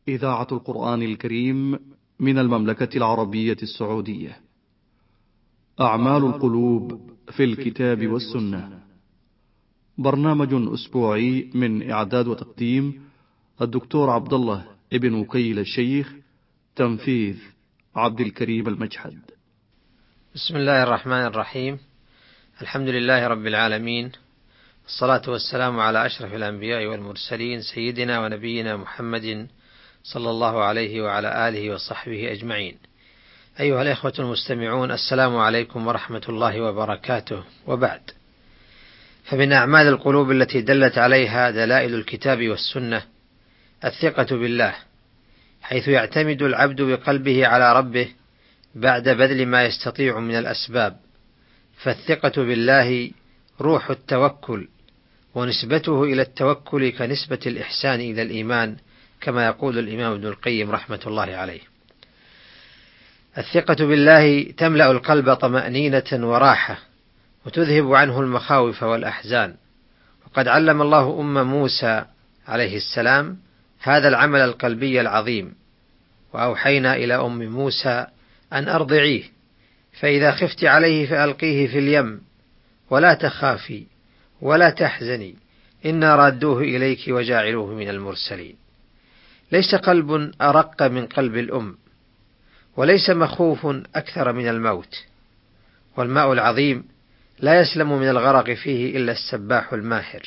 إذاعة القرآن الكريم من المملكة العربية السعودية. أعمال القلوب في الكتاب والسنة، برنامج أسبوعي من إعداد وتقديم الدكتور عبد الله ابن وكيل الشيخ، تنفيذ عبد الكريم المجحد. بسم الله الرحمن الرحيم. الحمد لله رب العالمين، الصلاة والسلام على أشرف الأنبياء والمرسلين، سيدنا ونبينا محمد صلى الله عليه وعلى آله وصحبه أجمعين. أيها الإخوة المستمعون، السلام عليكم ورحمة الله وبركاته. وبعد، فمن أعمال القلوب التي دلت عليها دلائل الكتاب والسنة الثقة بالله، حيث يعتمد العبد بقلبه على ربه بعد بذل ما يستطيع من الأسباب، فالثقة بالله روح التوكل، ونسبته إلى التوكل كنسبة الإحسان إلى الإيمان، كما يقول الإمام ابن القيم رحمة الله عليه. الثقة بالله تملأ القلب طمأنينة وراحة، وتذهب عنه المخاوف والأحزان. وقد علم الله موسى عليه السلام هذا العمل القلبي العظيم، وأوحينا إلى موسى أن أرضعيه، فإذا خفت عليه فألقيه في اليم ولا تخافي ولا تحزني إنا رادوه إليك وجاعلوه من المرسلين. ليس قلب أرق من قلب الأم، وليس مخوف أكثر من الموت. والماء العظيم لا يسلم من الغرق فيه إلا السباح الماهر،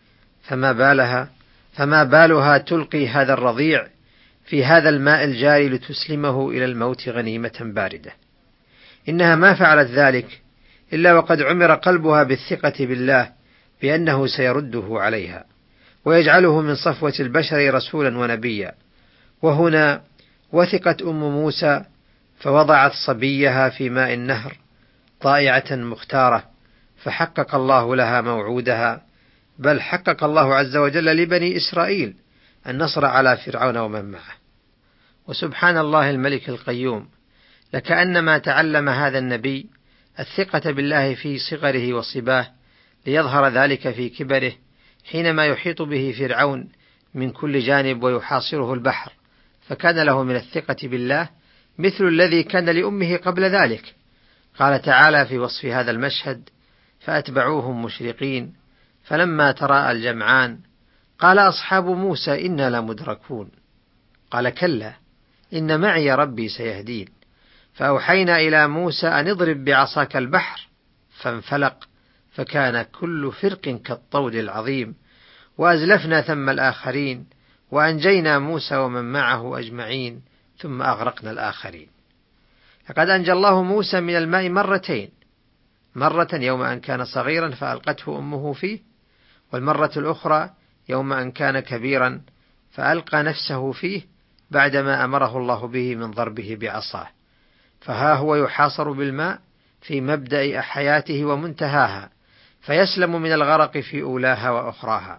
فما بالها تلقي هذا الرضيع في هذا الماء الجاري لتسلمه إلى الموت غنيمة باردة. إنها ما فعلت ذلك إلا وقد عمر قلبها بالثقة بالله بأنه سيرده عليها ويجعله من صفوة البشر رسولا ونبيا. وهنا وثقت موسى فوضعت صبيها في ماء النهر طائعة مختارة، فحقق الله لها موعودها، بل حقق الله عز وجل لبني إسرائيل النصر على فرعون ومن معه. وسبحان الله الملك القيوم، لكأنما تعلم هذا النبي الثقة بالله في صغره وصباه، ليظهر ذلك في كبره حينما يحيط به فرعون من كل جانب ويحاصره البحر، فكان له من الثقة بالله مثل الذي كان لأمه قبل ذلك. قال تعالى في وصف هذا المشهد: فأتبعوهم مشرقين فلما تراءى الجمعان قال أصحاب موسى إنا لمدركون قال كلا إن معي ربي سيهدين فأوحينا إلى موسى أن اضرب بعصاك البحر فانفلق فكان كل فرق كالطود العظيم وأزلفنا ثم الآخرين وأنجينا موسى ومن معه أجمعين ثم أغرقنا الآخرين. لقد أنجى الله موسى من الماء مرتين، مرة يوم أن كان صغيرا فألقته أمه فيه، والمرة الأخرى يوم أن كان كبيرا فألقى نفسه فيه بعدما أمره الله به من ضربه بعصاه. فها هو يحاصر بالماء في مبدأ حياته ومنتهاها، فيسلم من الغرق في أولاها وأخراها.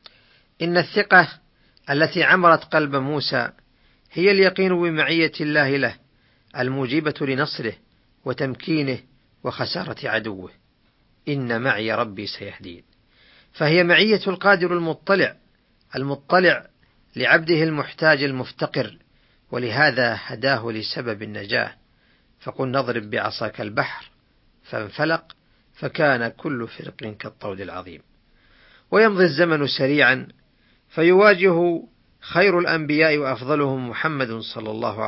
إن الثقة التي عمرت قلب موسى هي اليقين بمعية الله له الموجبة لنصره وتمكينه وخسارة عدوه. إن معي ربي سيهدين، فهي معية القادر المطلع لعبده المحتاج المفتقر، ولهذا هداه لسبب النجاة. فقل نضرب بعصاك البحر فانفلق فكان كل فرق كالطود العظيم. ويمضي الزمن سريعا فيواجه خير الأنبياء وأفضلهم محمد صلى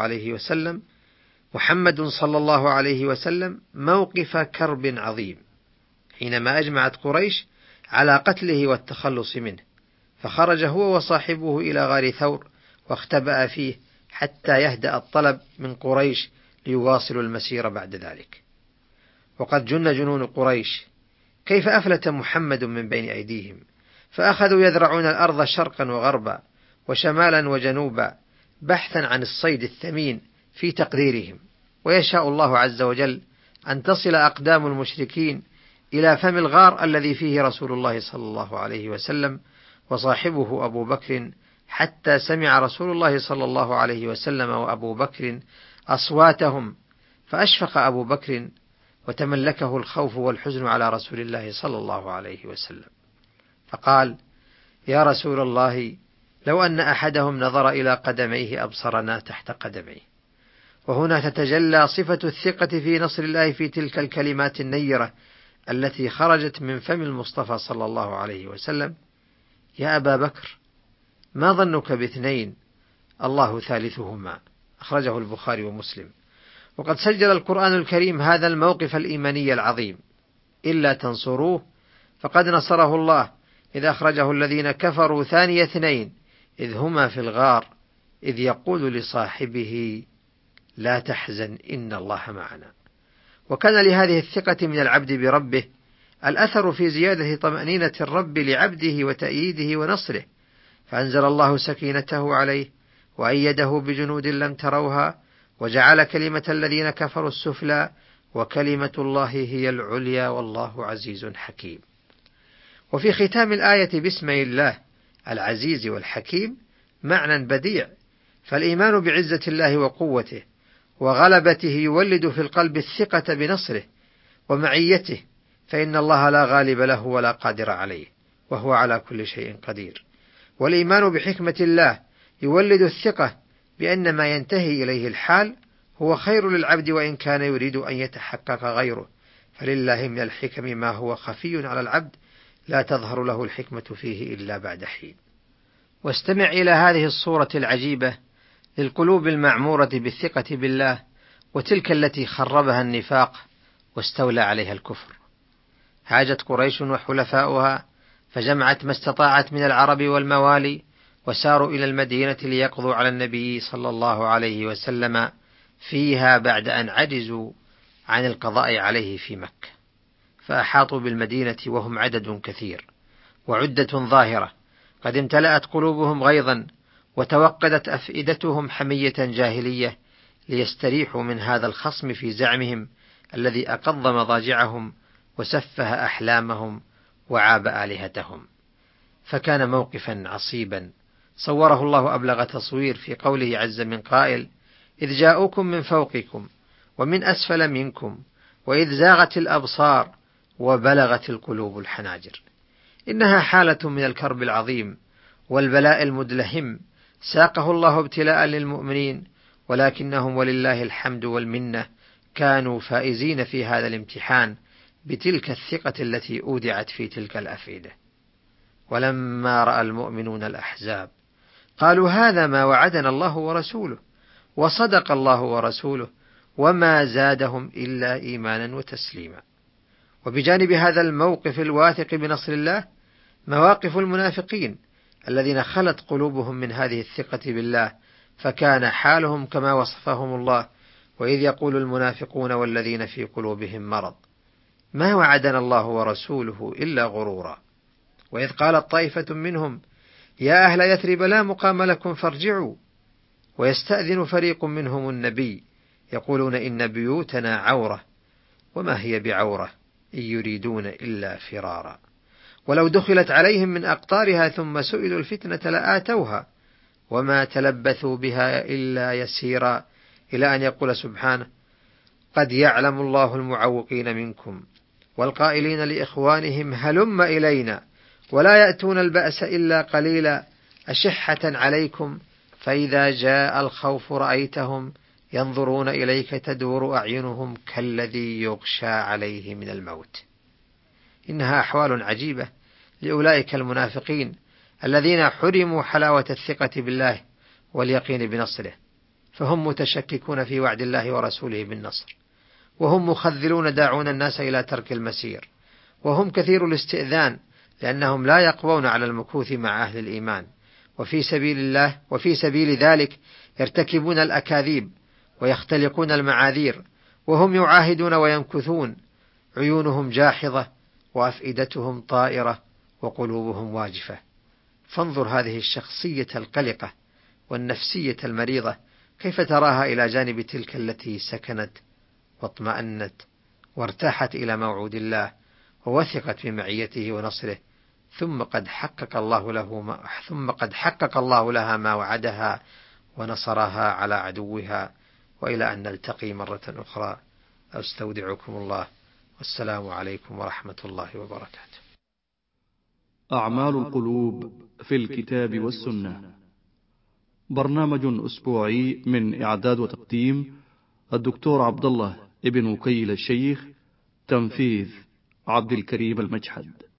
الله عليه وسلم موقف كرب عظيم، حينما أجمعت قريش على قتله والتخلص منه، فخرج هو وصاحبه إلى غار ثور واختبأ فيه حتى يهدأ الطلب من قريش ليواصلوا المسير بعد ذلك. وقد جن جنون قريش كيف أفلت محمد من بين أيديهم، فأخذوا يذرعون الأرض شرقا وغربا وشمالا وجنوبا بحثا عن الصيد الثمين في تقديرهم. ويشاء الله عز وجل أن تصل أقدام المشركين إلى فم الغار الذي فيه رسول الله صلى الله عليه وسلم وصاحبه أبو بكر، حتى سمع رسول الله صلى الله عليه وسلم وأبو بكر أصواتهم، فأشفق أبو بكر وتملكه الخوف والحزن على رسول الله صلى الله عليه وسلم، فقال: يا رسول الله، لو أن أحدهم نظر إلى قدميه أبصرنا تحت قدميه. وهنا تتجلى صفة الثقة في نصر الله في تلك الكلمات النيرة التي خرجت من فم المصطفى صلى الله عليه وسلم: يا أبا بكر ما ظنك باثنين الله ثالثهما، أخرجه البخاري ومسلم. وقد سجل القرآن الكريم هذا الموقف الإيماني العظيم: إلا تنصروه فقد نصره الله إذ أخرجه الذين كفروا ثاني اثنين إذ هما في الغار إذ يقول لصاحبه لا تحزن إن الله معنا. وكان لهذه الثقة من العبد بربه الأثر في زيادة طمأنينة الرب لعبده وتأييده ونصره، فأنزل الله سكينته عليه وأيده بجنود لم تروها وجعل كلمة الذين كفروا السفلى وكلمة الله هي العليا والله عزيز حكيم. وفي ختام الآية باسم الله العزيز والحكيم معنى بديع، فالإيمان بعزة الله وقوته وغلبته يولد في القلب الثقة بنصره ومعيته، فإن الله لا غالب له ولا قادر عليه وهو على كل شيء قدير. والإيمان بحكمة الله يولد الثقة بأن ما ينتهي إليه الحال هو خير للعبد وإن كان يريد أن يتحقق غيره، فلله من الحكم ما هو خفي على العبد لا تظهر له الحكمة فيه إلا بعد حين. واستمع إلى هذه الصورة العجيبة للقلوب المعمورة بالثقة بالله وتلك التي خربها النفاق واستولى عليها الكفر. هاجت قريش وحلفاؤها فجمعت ما استطاعت من العرب والموالي وساروا إلى المدينة ليقضوا على النبي صلى الله عليه وسلم فيها بعد أن عجزوا عن القضاء عليه في مكة، فأحاطوا بالمدينة وهم عدد كثير وعدة ظاهرة، قد امتلأت قلوبهم غيظا وتوقدت أفئدتهم حمية جاهلية ليستريحوا من هذا الخصم في زعمهم الذي أقض مضاجعهم وسفه أحلامهم وعاب آلهتهم. فكان موقفا عصيبا صوره الله أبلغ تصوير في قوله عز من قائل: إذ جاءوكم من فوقكم ومن أسفل منكم وإذ زاغت الأبصار وبلغت القلوب الحناجر. إنها حالة من الكرب العظيم والبلاء المدلهم ساقه الله ابتلاء للمؤمنين، ولكنهم ولله الحمد والمنة كانوا فائزين في هذا الامتحان بتلك الثقة التي أودعت في تلك الأفئدة. ولما رأى المؤمنون الأحزاب قالوا هذا ما وعدنا الله ورسوله وصدق الله ورسوله وما زادهم إلا إيمانا وتسليما. وبجانب هذا الموقف الواثق بنصر الله مواقف المنافقين الذين خلت قلوبهم من هذه الثقة بالله، فكان حالهم كما وصفهم الله: وإذ يقول المنافقون والذين في قلوبهم مرض ما وعدنا الله ورسوله إلا غرورا. وإذ قالت طائفة منهم يا أهل يثرب لا مقام لكم فارجعوا، ويستأذن فريق منهم النبي يقولون إن بيوتنا عورة وما هي بعورة إن يريدون إلا فرارا، ولو دخلت عليهم من أقطارها ثم سئلوا الفتنة لآتوها وما تلبثوا بها إلا يسيرا، إلى أن يقول سبحانه: قد يعلم الله المعوقين منكم والقائلين لإخوانهم هلم إلينا ولا يأتون البأس إلا قليلا أشحة عليكم فإذا جاء الخوف رأيتهم ينظرون إليك تدور أعينهم كالذي يغشى عليه من الموت. إنها أحوال عجيبة لأولئك المنافقين الذين حرموا حلاوة الثقة بالله واليقين بنصره، فهم متشككون في وعد الله ورسوله بالنصر، وهم مخذلون داعون الناس إلى ترك المسير، وهم كثير الاستئذان لأنهم لا يقوون على المكوث مع أهل الإيمان، وفي سبيل ذلك يرتكبون الأكاذيب ويختلقون المعاذير، وهم يعاهدون ويمكثون، عيونهم جاحظة وأفئدتهم طائرة وقلوبهم واجفة. فانظر هذه الشخصية القلقة والنفسية المريضة كيف تراها إلى جانب تلك التي سكنت واطمأنت وارتاحت إلى موعود الله ووثقت بمعيته ونصره، ثم قد حقق الله لها ما وعدها ونصرها على عدوها. وإلى أن نلتقي مرة أخرى أستودعكم الله، والسلام عليكم ورحمة الله وبركاته. أعمال القلوب في الكتاب والسنة. برنامج أسبوعي من إعداد وتقديم الدكتور عبد الله ابن وكيل الشيخ، تنفيذ عبد الكريم المجحد.